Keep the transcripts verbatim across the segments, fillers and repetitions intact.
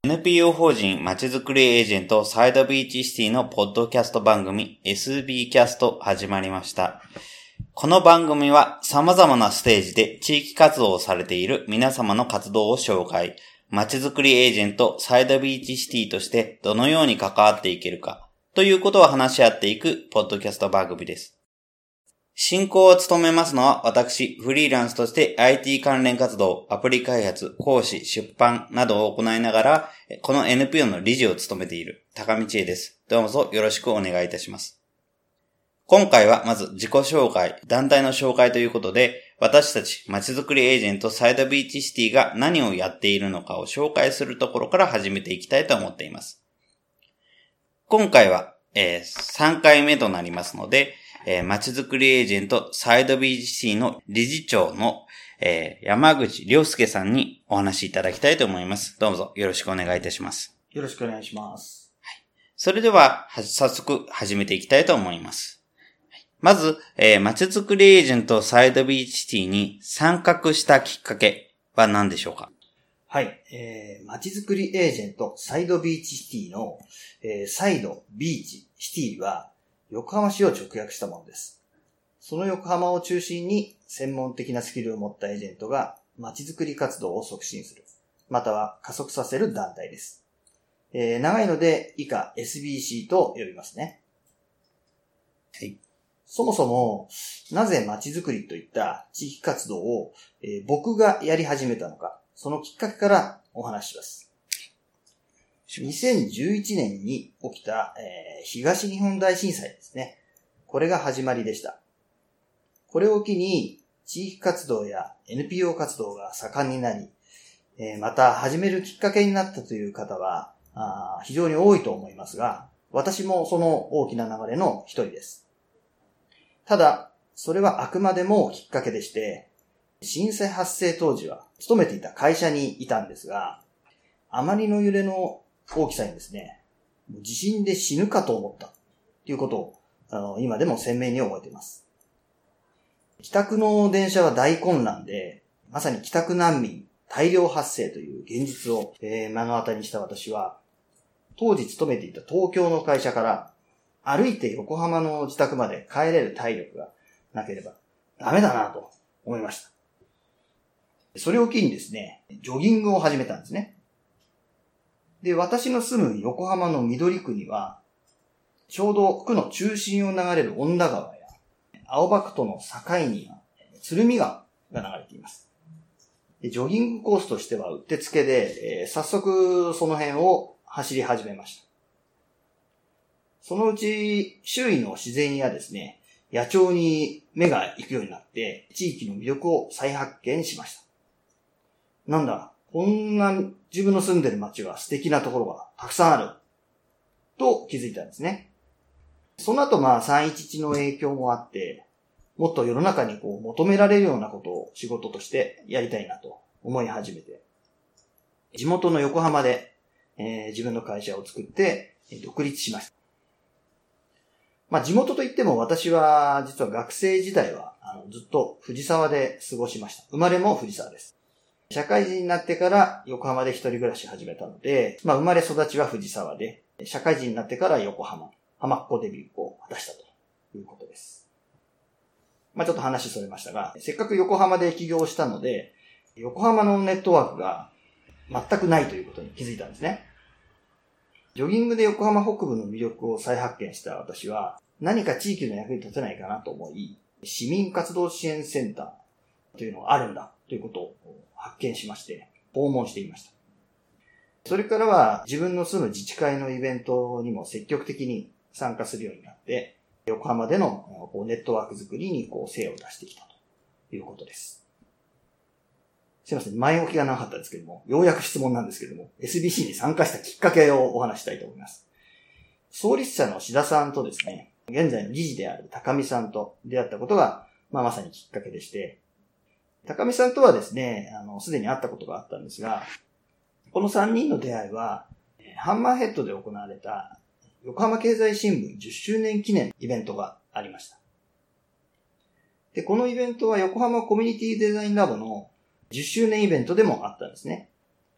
エヌピーオー 法人まちづくりエージェントサイドビーチシティのポッドキャスト番組 エスビー キャスト始まりました。この番組は様々なステージで地域活動をされている皆様の活動を紹介、まちづくりエージェントサイドビーチシティとしてどのように関わっていけるかということを話し合っていくポッドキャスト番組です。進行を務めますのは私、フリーランスとして アイティー 関連活動、アプリ開発、講師、出版などを行いながら、この エヌピーオー の理事を務めている高道恵です。どうぞよろしくお願いいたします。今回はまず自己紹介、団体の紹介ということで、私たちまちづくりエージェントサイドビーチシティが何をやっているのかを紹介するところから始めていきたいと思っています。今回は、えー、さんかいめとなりますので、えー、まちづくりエージェントサイドビーチシティの理事長の、えー、山口亮介さんにお話しいただきたいと思います。どうぞよろしくお願いいたします。 よろしくお願いします。 はい、それでは、は早速始めていきたいと思います。はい、まず、えー、まちづくりエージェントサイドビーチシティに参画したきっかけは何でしょうか？ はい、えー、まちづくりエージェントサイドビーチシティの、えー、サイドビーチシティは横浜市を直訳したものです。その横浜を中心に専門的なスキルを持ったエージェントが街づくり活動を促進する、または加速させる団体です。えー、長いので以下 エスビーシー と呼びますね。はい。そもそもなぜ街づくりといった地域活動を、えー、僕がやり始めたのか、そのきっかけからお話しします。にせんじゅういちねんに起きた、えー、東日本大震災ですね。これが始まりでした。これを機に地域活動や エヌピーオー 活動が盛んになり、えー、また始めるきっかけになったという方はあ非常に多いと思いますが、私もその大きな流れの一人です。ただ、それはあくまでもきっかけでして、震災発生当時は勤めていた会社にいたんですが、あまりの揺れの大きさにですね、地震で死ぬかと思ったということをあの今でも鮮明に覚えています。帰宅の電車は大混乱で、まさに帰宅難民大量発生という現実を、えー、目の当たりにした私は、当時勤めていた東京の会社から歩いて横浜の自宅まで帰れる体力がなければダメだなと思いました。それを機にですね、ジョギングを始めたんですね。で、私の住む横浜の緑区には、ちょうど区の中心を流れる恩田川や、青葉区との境には、鶴見川が流れています。で、ジョギングコースとしてはうってつけで、えー、早速その辺を走り始めました。そのうち、周囲の自然やですね、野鳥に目が行くようになって、地域の魅力を再発見しました。なんだ、こんな自分の住んでる街は素敵なところがたくさんあると気づいたんですね。その後まあさんいちいちの影響もあって、もっと世の中にこう求められるようなことを仕事としてやりたいなと思い始めて、地元の横浜で、えー、自分の会社を作って独立しました。まあ地元といっても私は実は学生時代はあのずっと藤沢で過ごしました。生まれも藤沢です。社会人になってから横浜で一人暮らし始めたので、まあ生まれ育ちは藤沢で、社会人になってから横浜、浜っ子デビューを果たしたということです。まあちょっと話それましたが、せっかく横浜で起業したので、横浜のネットワークが全くないということに気づいたんですね。ジョギングで横浜北部の魅力を再発見した私は、何か地域の役に立てないかなと思い、市民活動支援センターというのがあるんだということを発見しまして、訪問していました。それからは自分の住む自治会のイベントにも積極的に参加するようになって、横浜でのネットワーク作りにこう精を出してきたということです。すいません、前置きがなかったですけども、ようやく質問なんですけども、エスビーシー に参加したきっかけをお話したいと思います。創立者の志田さんとですね、現在の理事である高見さんと出会ったことが、まあ、まさにきっかけでして、高見さんとはですね、あの、すでに会ったことがあったんですが、このさんにんの出会いは、ハンマーヘッドで行われた横浜経済新聞じゅっしゅうねん記念イベントがありました。で、このイベントは横浜コミュニティデザインラボのじゅっしゅうねんイベントでもあったんですね。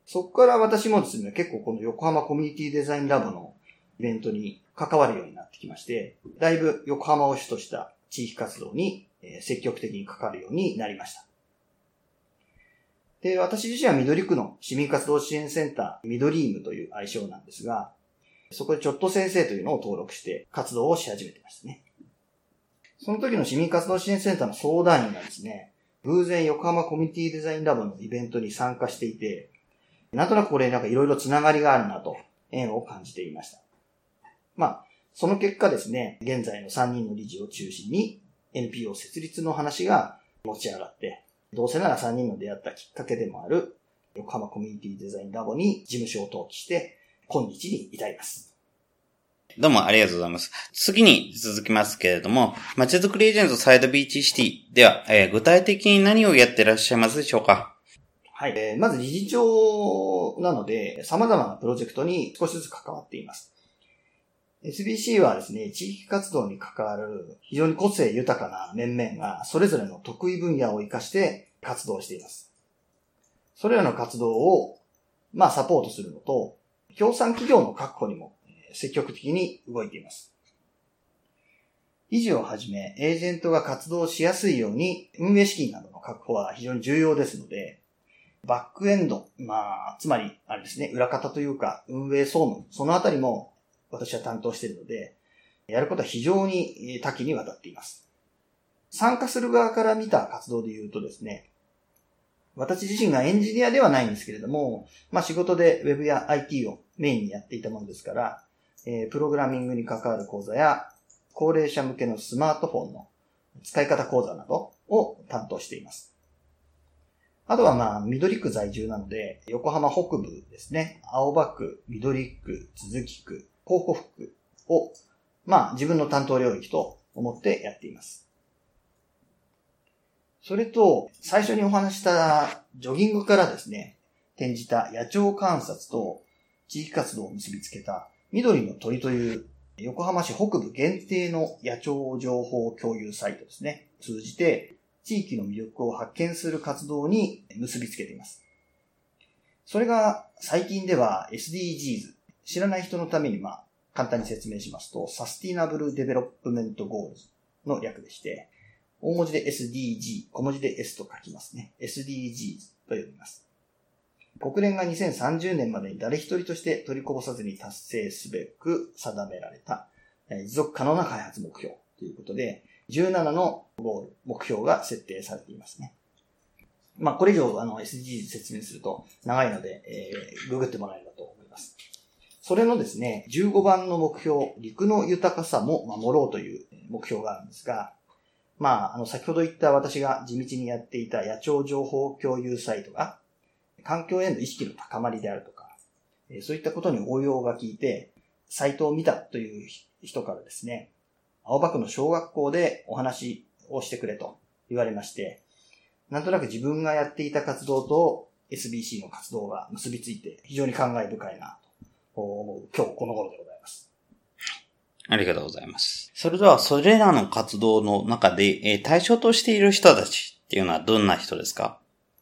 そこから私もですね、結構この横浜コミュニティデザインラボのイベントに関わるようになってきまして、だいぶ横浜を主とした地域活動に積極的に関わるようになりました。で、私自身は緑区の市民活動支援センター、ミドリームという愛称なんですが、そこでちょっと先生というのを登録して活動をし始めてましたね。その時の市民活動支援センターの相談員がですね、偶然横浜コミュニティデザインラボのイベントに参加していて、なんとなくこれなんかいろいろつながりがあるなと縁を感じていました。まあ、その結果ですね、現在のさんにんの理事を中心に エヌピーオー 設立の話が持ち上がって、どうせならさんにんの出会ったきっかけでもある横浜コミュニティデザインラボに事務所を登記して今日に至ります。 どうもありがとうございます。次に続きますけれども、まちづくりエージェントサイドビーチシティでは、えー、具体的に何をやっていらっしゃいますでしょうか？ はい。えー、まず理事長なので様々なプロジェクトに少しずつ関わっています。エスビーシー はですね、地域活動に関わる非常に個性豊かな面々がそれぞれの得意分野を活かして活動しています。それらの活動を、まあ、サポートするのと、協賛企業の確保にも積極的に動いています。理事をはじめ、エージェントが活動しやすいように運営資金などの確保は非常に重要ですので、バックエンド、まあ、つまり、あれですね、裏方というか運営総務、そのあたりも私は担当しているので、やることは非常に多岐にわたっています。参加する側から見た活動で言うとですね、私自身がエンジニアではないんですけれども、まあ仕事で Web や アイティー をメインにやっていたものですから、えー、プログラミングに関わる講座や、高齢者向けのスマートフォンの使い方講座などを担当しています。あとはまあ、緑区在住なので、横浜北部ですね、青葉区、緑区、都筑区、港北区を、まあ自分の担当領域と思ってやっています。それと、最初にお話したジョギングからですね、転じた野鳥観察と地域活動を結びつけた緑の鳥という横浜市北部限定の野鳥情報共有サイトですね、通じて地域の魅力を発見する活動に結びつけています。それが最近では エスディージーズ、知らない人のためにまあ簡単に説明しますと、サスティナブルデベロップメントゴールズの略でして、大文字で エスディージー、小文字で S と書きますね。エスディージーズ と呼びます。国連がにせんさんじゅうねんまでに誰一人として取りこぼさずに達成すべく定められた持続可能な開発目標ということで、じゅうななのゴール、目標が設定されていますね。まあ、これ以上あの エスディージーズ 説明すると長いので、えー、ググってもらえればと思います。それのですね、じゅうごばんの目標、陸の豊かさも守ろうという目標があるんですが、まあ、あの、先ほど言った私が地道にやっていた野鳥情報共有サイトが、環境への意識の高まりであるとか、そういったことに応用が効いて、サイトを見たという人からですね、青葉区の小学校でお話をしてくれと言われまして、なんとなく自分がやっていた活動と エスビーシー の活動が結びついて非常に感慨深いなと思う今日この頃でございます。 ありがとうございます。それでは、それらの活動の中で、えー、対象としている人たちっていうのはどんな人ですか？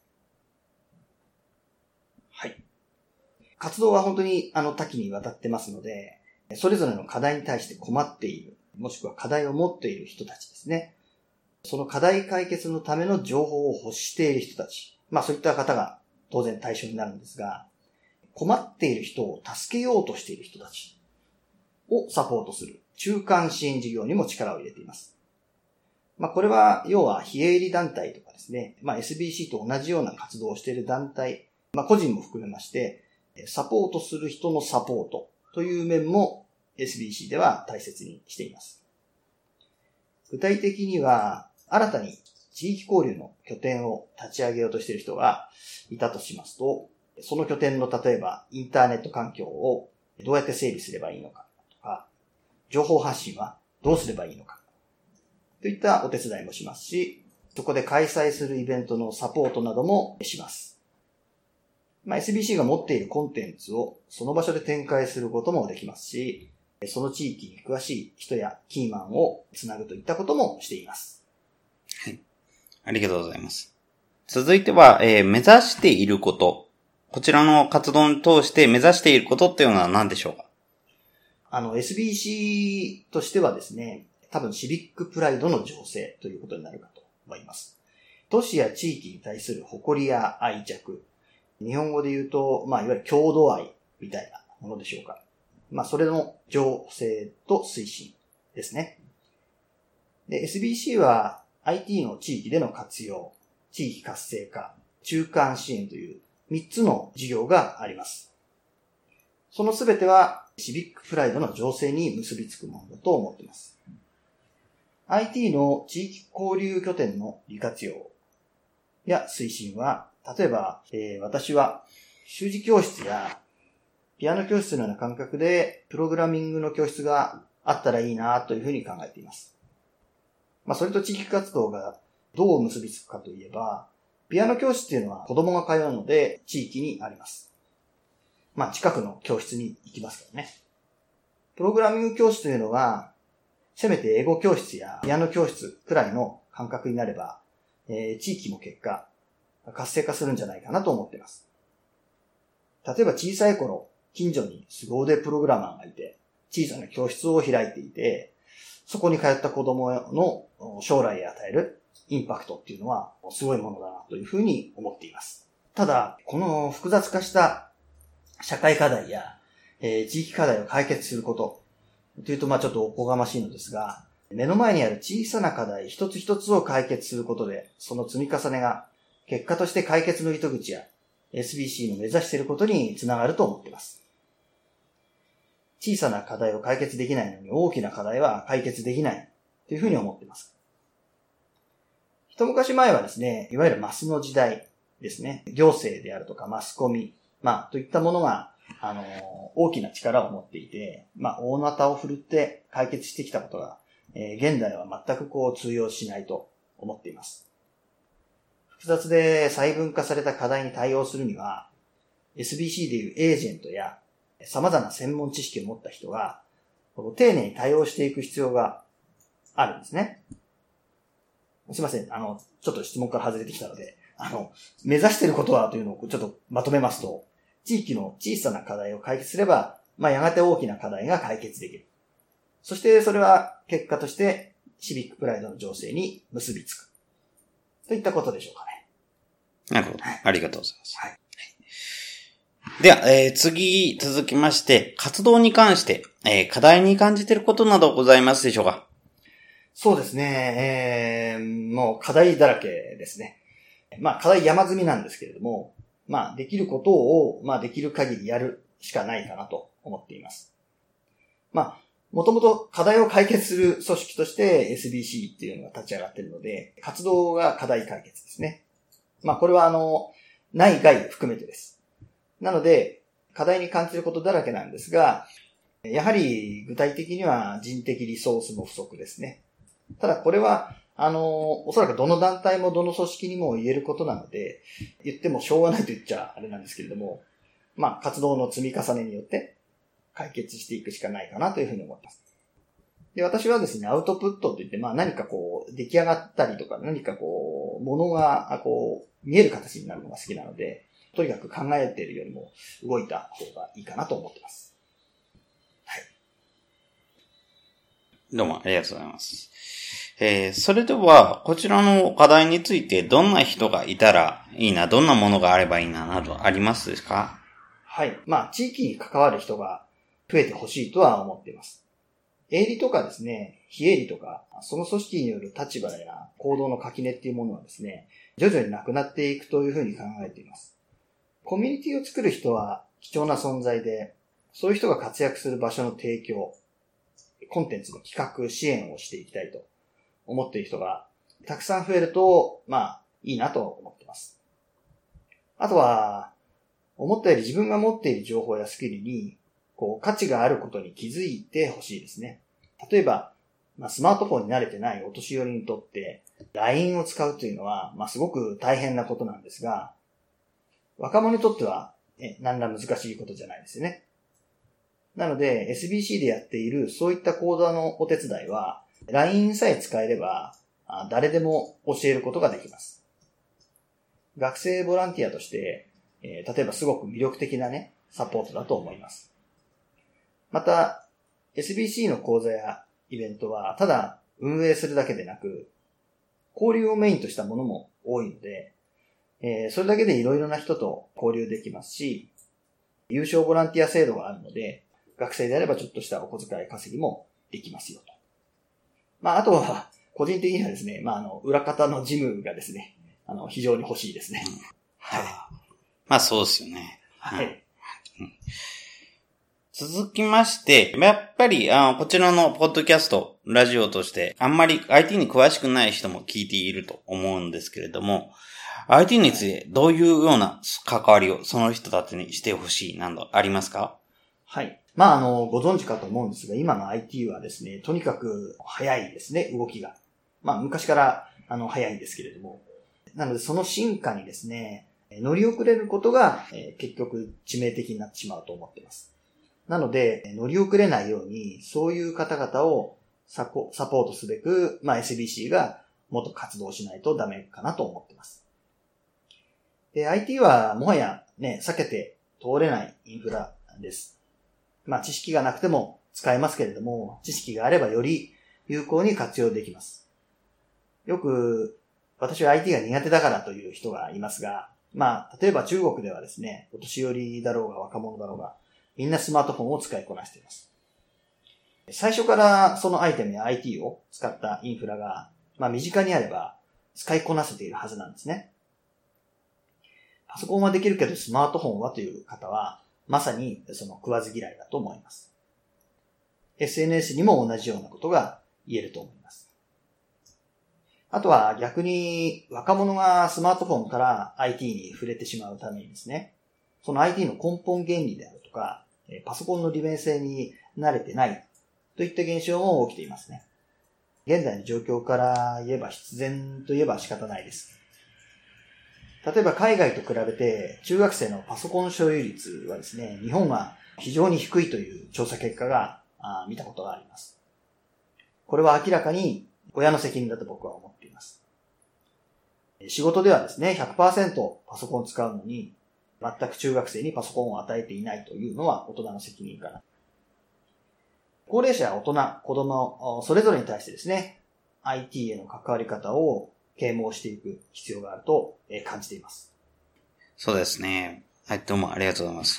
はい。活動は本当にあの多岐にわたってますので、それぞれの課題に対して困っている、もしくは課題を持っている人たちですね。その課題解決のための情報を欲している人たち。まあそういった方が当然対象になるんですが、困っている人を助けようとしている人たちをサポートする中間支援事業にも力を入れています。まあこれは要は非営利団体とかですね、まあ エスビーシー と同じような活動をしている団体、まあ個人も含めまして、サポートする人のサポートという面も エスビーシー では大切にしています。具体的には新たに地域交流の拠点を立ち上げようとしている人がいたとしますと、その拠点の例えばインターネット環境をどうやって整備すればいいのかとか、情報発信はどうすればいいのかといったお手伝いもしますし、そこで開催するイベントのサポートなどもします。まあ、エスビーシー が持っているコンテンツをその場所で展開することもできますし、その地域に詳しい人やキーマンをつなぐといったこともしています。 はい。ありがとうございます。続いては、えー、目指していることこちらの活動に通して目指していることっていうのは何でしょうか？ あの、エスビーシー としてはですね、多分シビックプライドの醸成ということになるかと思います。都市や地域に対する誇りや愛着。日本語で言うと、まあ、いわゆる郷土愛みたいなものでしょうか。まあ、それの醸成と推進ですね。で、エスビーシー は アイティー の地域での活用、地域活性化、中間支援というみっつの事業があります。そのすべてはシビックプライドの醸成に結びつくものだと思っています。アイティー の地域交流拠点の利活用や推進は、例えば、えー、私は習字教室やピアノ教室のような感覚でプログラミングの教室があったらいいなというふうに考えています。まあ、それと地域活動がどう結びつくかといえば、ピアノ教室っていうのは子供が通うので地域にあります。まあ、近くの教室に行きますからね。プログラミング教室というのは、せめて英語教室やピアノ教室くらいの感覚になれば、えー、地域も結果、活性化するんじゃないかなと思っています。例えば小さい頃、近所に凄腕プログラマーがいて、小さな教室を開いていて、そこに通った子供の将来へ与えるインパクトっていうのはすごいものだなというふうに思っています。ただ、この複雑化した社会課題や、えー、地域課題を解決することというと、まあちょっとおこがましいのですが、目の前にある小さな課題一つ一つを解決することで、その積み重ねが結果として解決の糸口や エスビーシー の目指していることにつながると思っています。小さな課題を解決できないのに大きな課題は解決できないというふうに思っています。一昔前はですね、いわゆるマスの時代ですね。行政であるとかマスコミ、まあといったものがあの大きな力を持っていて、まあ大なたを振るって解決してきたことが、えー、現代は全くこう通用しないと思っています。複雑で細分化された課題に対応するには、エスビーシー でいうエージェントや様々な専門知識を持った人が丁寧に対応していく必要があるんですね。すいません。あの、ちょっと質問から外れてきたので、あの、目指していることはというのをちょっとまとめますと、地域の小さな課題を解決すれば、まあ、やがて大きな課題が解決できる。そしてそれは結果としてシビックプライドの醸成に結びつく。といったことでしょうかね。 なるほど。ありがとうございます。 はい。 では、えー、次、続きまして、活動に関して、えー、課題に感じていることなどございますでしょうか？ そうですね。えー、もう課題だらけですね。まあ課題山積みなんですけれども、まあできることを、まあできる限りやるしかないかなと思っています。まあ、もともと課題を解決する組織として エスビーシー っていうのが立ち上がっているので、活動が課題解決ですね。まあこれはあの、内外含めてです。なので、課題に感じることだらけなんですが、やはり具体的には人的リソースの不足ですね。ただこれは、あの、おそらくどの団体もどの組織にも言えることなので、言ってもしょうがないと言っちゃあれなんですけれども、まあ活動の積み重ねによって解決していくしかないかなというふうに思います。で、私はですね、アウトプットといって、まあ何かこう、出来上がったりとか、何かこう、ものが、こう、見える形になるのが好きなので、とにかく考えているよりも動いた方がいいかなと思っています。はい。 どうもありがとうございます。えー、それでは、こちらの課題についてどんな人がいたらいいな、どんなものがあればいいな、などありますですか？ はい。まあ、地域に関わる人が増えてほしいとは思っています。営利とかですね、非営利とか、その組織による立場や行動の垣根っていうものはですね、徐々になくなっていくというふうに考えています。コミュニティを作る人は貴重な存在で、そういう人が活躍する場所の提供、コンテンツの企画、支援をしていきたいと思っている人がたくさん増えると、まあ、いいなと思っています。あとは、思ったより自分が持っている情報やスキルに、こう、価値があることに気づいてほしいですね。例えば、まあ、スマートフォンに慣れてないお年寄りにとって、ライン を使うというのは、まあ、すごく大変なことなんですが、若者にとっては、え、何ら難しいことじゃないですよね。なので、エスビーシー でやっているそういった講座のお手伝いは、ライン さえ使えれば、誰でも教えることができます。学生ボランティアとして、 えー、例えばすごく魅力的なね、サポートだと思います。また、エスビーシー の講座やイベントは、ただ運営するだけでなく、交流をメインとしたものも多いので、えー、それだけでいろいろな人と交流できますし、有償ボランティア制度があるので、学生であればちょっとしたお小遣い稼ぎもできますよと。まあ、あとは、個人的にはですね、まあ、あの、裏方の事務がですね、あの、非常に欲しいですね。うん、 はい。まあ、そうですよね。 はい。 うん、続きまして、やっぱり、あの、こちらのポッドキャスト、ラジオとして、あんまり アイティー に詳しくない人も聞いていると思うんですけれども、アイティー についてどういうような関わりをその人たちにしてほしいなどありますか？ はい。まあ、あの、ご存知かと思うんですが、今の アイティー はですね、とにかく早いですね、動きが。まあ、昔から、あの、早いんですけれども。なので、その進化にですね、乗り遅れることが、えー、結局致命的になってしまうと思っています。なので、乗り遅れないように、そういう方々をサポ、サポートすべく、まあ エスビーシー がもっと活動しないとダメかなと思っています。で、アイティー はもはやね、避けて通れないインフラです。まあ知識がなくても使えますけれども、知識があればより有効に活用できます。よく、私は アイティー が苦手だからという人がいますが、まあ、例えば中国ではですね、お年寄りだろうが若者だろうが、みんなスマートフォンを使いこなしています。最初からそのアイテムや アイティー を使ったインフラが、まあ身近にあれば使いこなせているはずなんですね。パソコンはできるけどスマートフォンはという方は、まさにその食わず嫌いだと思います。エスエヌエス にも同じようなことが言えると思います。あとは逆に若者がスマートフォンから アイティー に触れてしまうためにですね、その アイティー の根本原理であるとか、パソコンの利便性に慣れてないといった現象も起きていますね。現在の状況から言えば必然と言えば仕方ないです。例えば海外と比べて中学生のパソコン所有率はですね、日本は非常に低いという調査結果が見たことがあります。これは明らかに親の責任だと僕は思っています。仕事ではですね、ひゃくパーセント パソコンを使うのに、全く中学生にパソコンを与えていないというのは大人の責任かな。高齢者や大人、子供、それぞれに対してですね、アイティー への関わり方を啓蒙していく必要があると感じています。 そうですね。はい、どうもありがとうございます。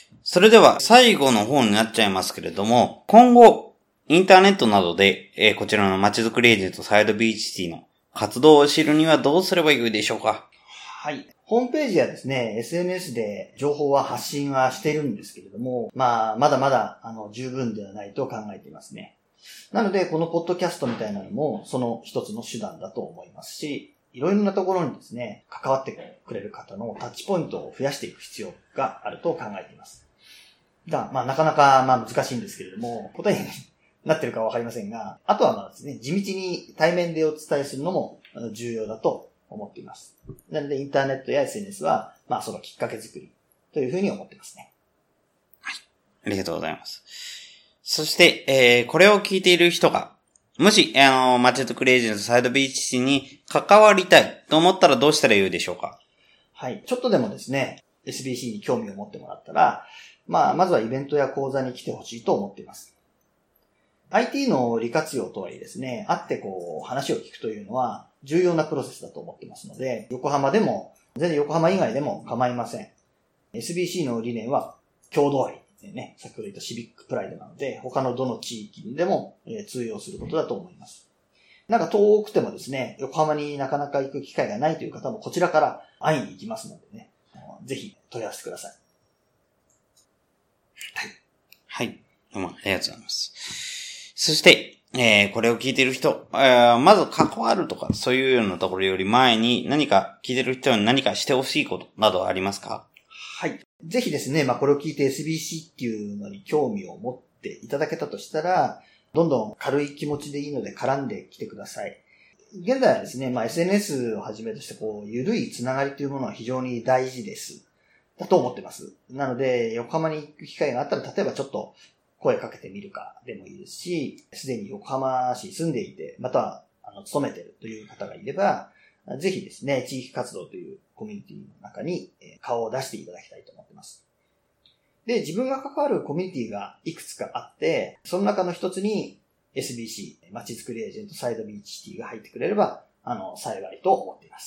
それでは最後の方になっちゃいますけれども、今後、インターネットなどで、えー、こちらのまちづくりエージェントサイドビーチシティの活動を知るにはどうすればいいでしょうか？ はい。ホームページやですね、エスエヌエス で情報は発信はしているんですけれども、まあ、まだまだ、あの、十分ではないと考えていますね。なので、このポッドキャストみたいなのも、その一つの手段だと思いますし、いろいろなところにですね、関わってくれる方のタッチポイントを増やしていく必要があると考えています。が、まあ、なかなか、まあ、難しいんですけれども、答えになってるかわかりませんが、あとはまあですね、地道に対面でお伝えするのも重要だと思っています。なので、インターネットや エスエヌエス は、まあ、そのきっかけ作りというふうに思ってますね。 はい。ありがとうございます。そして、えー、これを聞いている人が、もし、あの、まちづくりエージェントサイドビーチシに関わりたいと思ったらどうしたらよいでしょうか？ はい。ちょっとでもですね、エスビーシー に興味を持ってもらったら、まあ、まずはイベントや講座に来てほしいと思っています。アイティー の利活用とはいえですね、会ってこう、話を聞くというのは重要なプロセスだと思ってますので、横浜でも、全然横浜以外でも構いません。エスビーシー の理念は、郷土愛でね、先ほど言ったシビックプライドなので、他のどの地域でも通用することだと思います。なんか遠くてもですね、横浜になかなか行く機会がないという方もこちらから会いに行きますのでね、ぜひ問い合わせてください。 はい。はい。どうもありがとうございます。そして、えー、これを聞いている人、えー、まず関わるとか、そういうようなところより前に何か聞いている人に何かしてほしいことなどありますか？ はい。ぜひですね、まあこれを聞いて エスビーシー っていうのに興味を持っていただけたとしたら、どんどん軽い気持ちでいいので絡んできてください。現在はですね、まあ エスエヌエス をはじめとしてこう、緩いつながりというものは非常に大事です。だと思ってます。なので、横浜に行く機会があったら、例えばちょっと声かけてみるかでもいいですし、すでに横浜市に住んでいて、または、あの、勤めているという方がいれば、 ぜひですね、地域活動というコミュニティの中に顔を出していただきたいと思っています。で、自分が関わるコミュニティがいくつかあって、その中の一つに エスビーシー、まちづくりエージェントサイドビーチシティが入ってくれれば、あの、幸いと思っています。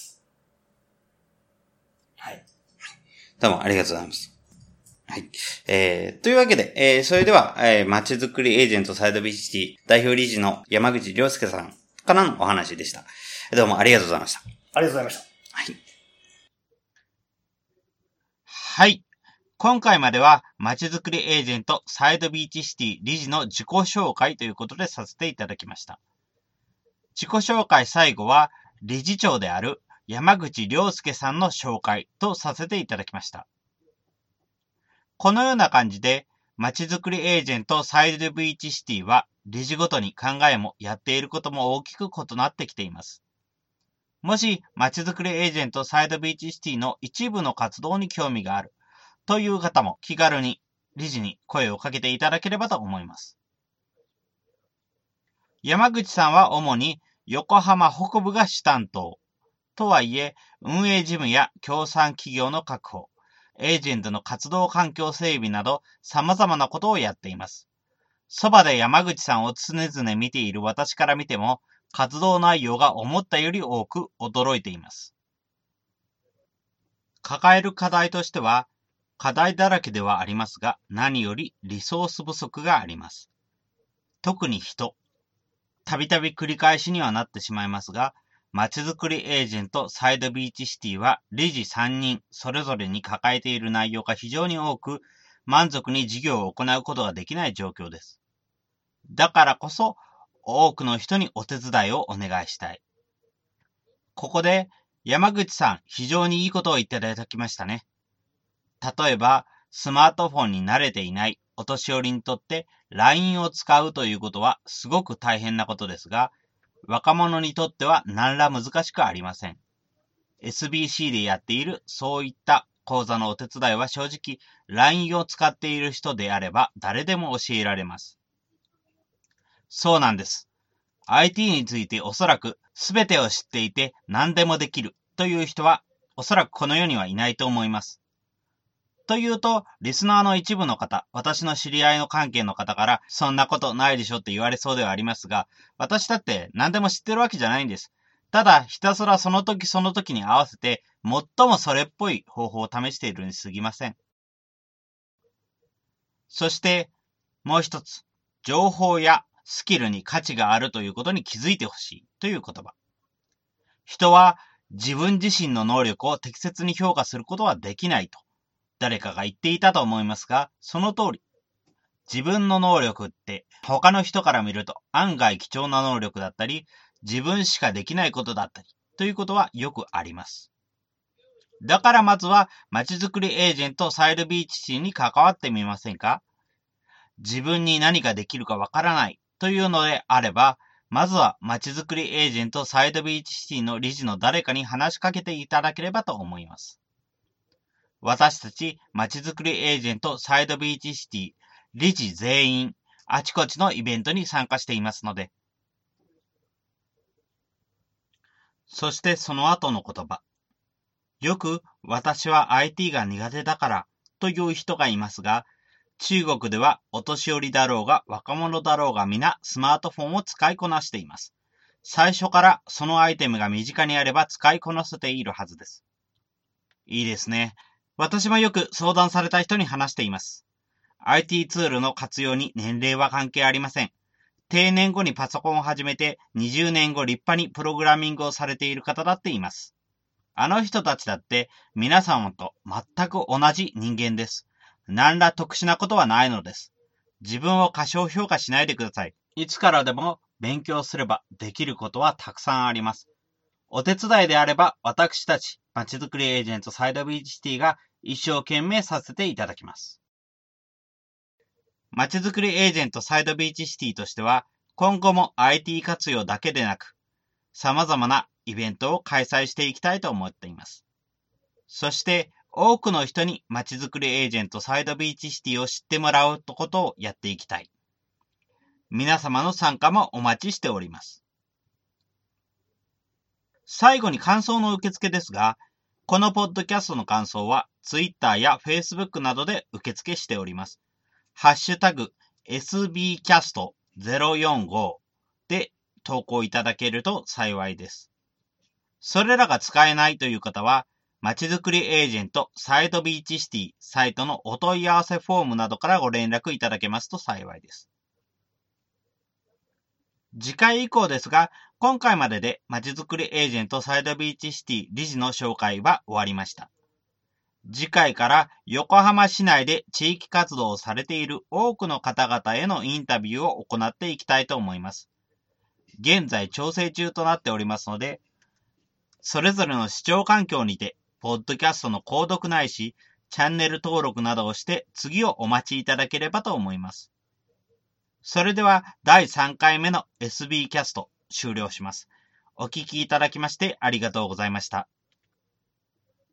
はい。 どうもありがとうございます。はい。えー、というわけで、えー、それでは、えー、まちづくりエージェントサイドビーチシティ代表理事の山口亮介さんからのお話でした。どうもありがとうございました。 ありがとうございました。 はい。はい。今回までは、まちづくりエージェントサイドビーチシティ理事の自己紹介ということでさせていただきました。自己紹介最後は、理事長である山口亮介さんの紹介とさせていただきました。このような感じで、まちづくりエージェントサイドビーチシティは、理事ごとに考えもやっていることも大きく異なってきています。もし、まちづくりエージェントサイドビーチシティの一部の活動に興味があるという方も気軽に理事に声をかけていただければと思います。山口さんは主に横浜北部が主担当。とはいえ、運営事務や協賛企業の確保、エージェントの活動環境整備など様々なことをやっています。そばで山口さんを常々見ている私から見ても、活動内容が思ったより多く驚いています。抱える課題としては、課題だらけではありますが、何よりリソース不足があります。特に人。たびたび繰り返しにはなってしまいますが、まちづくりエージェントサイドビーチシティは理事さんにんそれぞれに抱えている内容が非常に多く、満足に事業を行うことができない状況です。だからこそ、多くの人にお手伝いをお願いしたい。ここで、山口さん、非常にいいことを言っていただきましたね。例えば、スマートフォンに慣れていないお年寄りにとって ライン を使うということはすごく大変なことですが、若者にとっては何ら難しくありません。エスビーシー でやっているそういった講座のお手伝いは正直 ライン を使っている人であれば誰でも教えられます。そうなんです。アイティー についておそらく全てを知っていて何でもできるという人はおそらくこの世にはいないと思います。というと、リスナーの一部の方、私の知り合いの関係の方から、そんなことないでしょって言われそうではありますが、私だって何でも知ってるわけじゃないんです。ただ、ひたすらその時その時に合わせて、最もそれっぽい方法を試しているに過ぎません。そして、もう一つ、情報やスキルに価値があるということに気づいてほしいという言葉。人は自分自身の能力を適切に評価することはできないと。誰かが言っていたと思いますが、その通り。自分の能力って他の人から見ると案外貴重な能力だったり、自分しかできないことだったり、ということはよくあります。だからまずは、まちづくりエージェントサイドビーチシティに関わってみませんか？自分に何ができるかわからないというのであれば、まずはまちづくりエージェントサイドビーチシティの理事の誰かに話しかけていただければと思います。私たちまちづくりエージェントサイドビーチシティ理事全員あちこちのイベントに参加していますので。そしてその後の言葉。よく私は アイティー が苦手だからという人がいますが、中国ではお年寄りだろうが若者だろうが皆スマートフォンを使いこなしています。最初からそのアイテムが身近にあれば使いこなせているはずです。いいですね。私もよく相談された人に話しています。アイティー ツールの活用に年齢は関係ありません。定年後にパソコンを始めてにじゅうねんご立派にプログラミングをされている方だっています。あの人たちだって皆様と全く同じ人間です。何ら特殊なことはないのです。自分を過小評価しないでください。いつからでも勉強すればできることはたくさんあります。お手伝いであれば私たちまちづくりエージェントサイドビーチシティが一生懸命させていただきます。まちづくりエージェントサイドビーチシティとしては、今後も アイティー 活用だけでなく、様々なイベントを開催していきたいと思っています。そして、多くの人にまちづくりエージェントサイドビーチシティを知ってもらうことをやっていきたい。皆様の参加もお待ちしております。 最後に感想の受付ですが、このポッドキャストの感想は Twitter や Facebook などで受付しております。ハッシュタグ エスビーキャストゼロよんご で投稿いただけると幸いです。それらが使えないという方は、まちづくりエージェントサイドビーチシティサイトのお問い合わせフォームなどからご連絡いただけますと幸いです。次回以降ですが、今回まででまちづくりエージェントサイドビーチシティ理事の紹介は終わりました。次回から横浜市内で地域活動をされている多くの方々へのインタビューを行っていきたいと思います。現在調整中となっておりますので、それぞれの視聴環境にて、ポッドキャストの購読ないし、チャンネル登録などをして次をお待ちいただければと思います。それではだいさんかいめの エスビー キャスト終了します。お聞きいただきましてありがとうございました。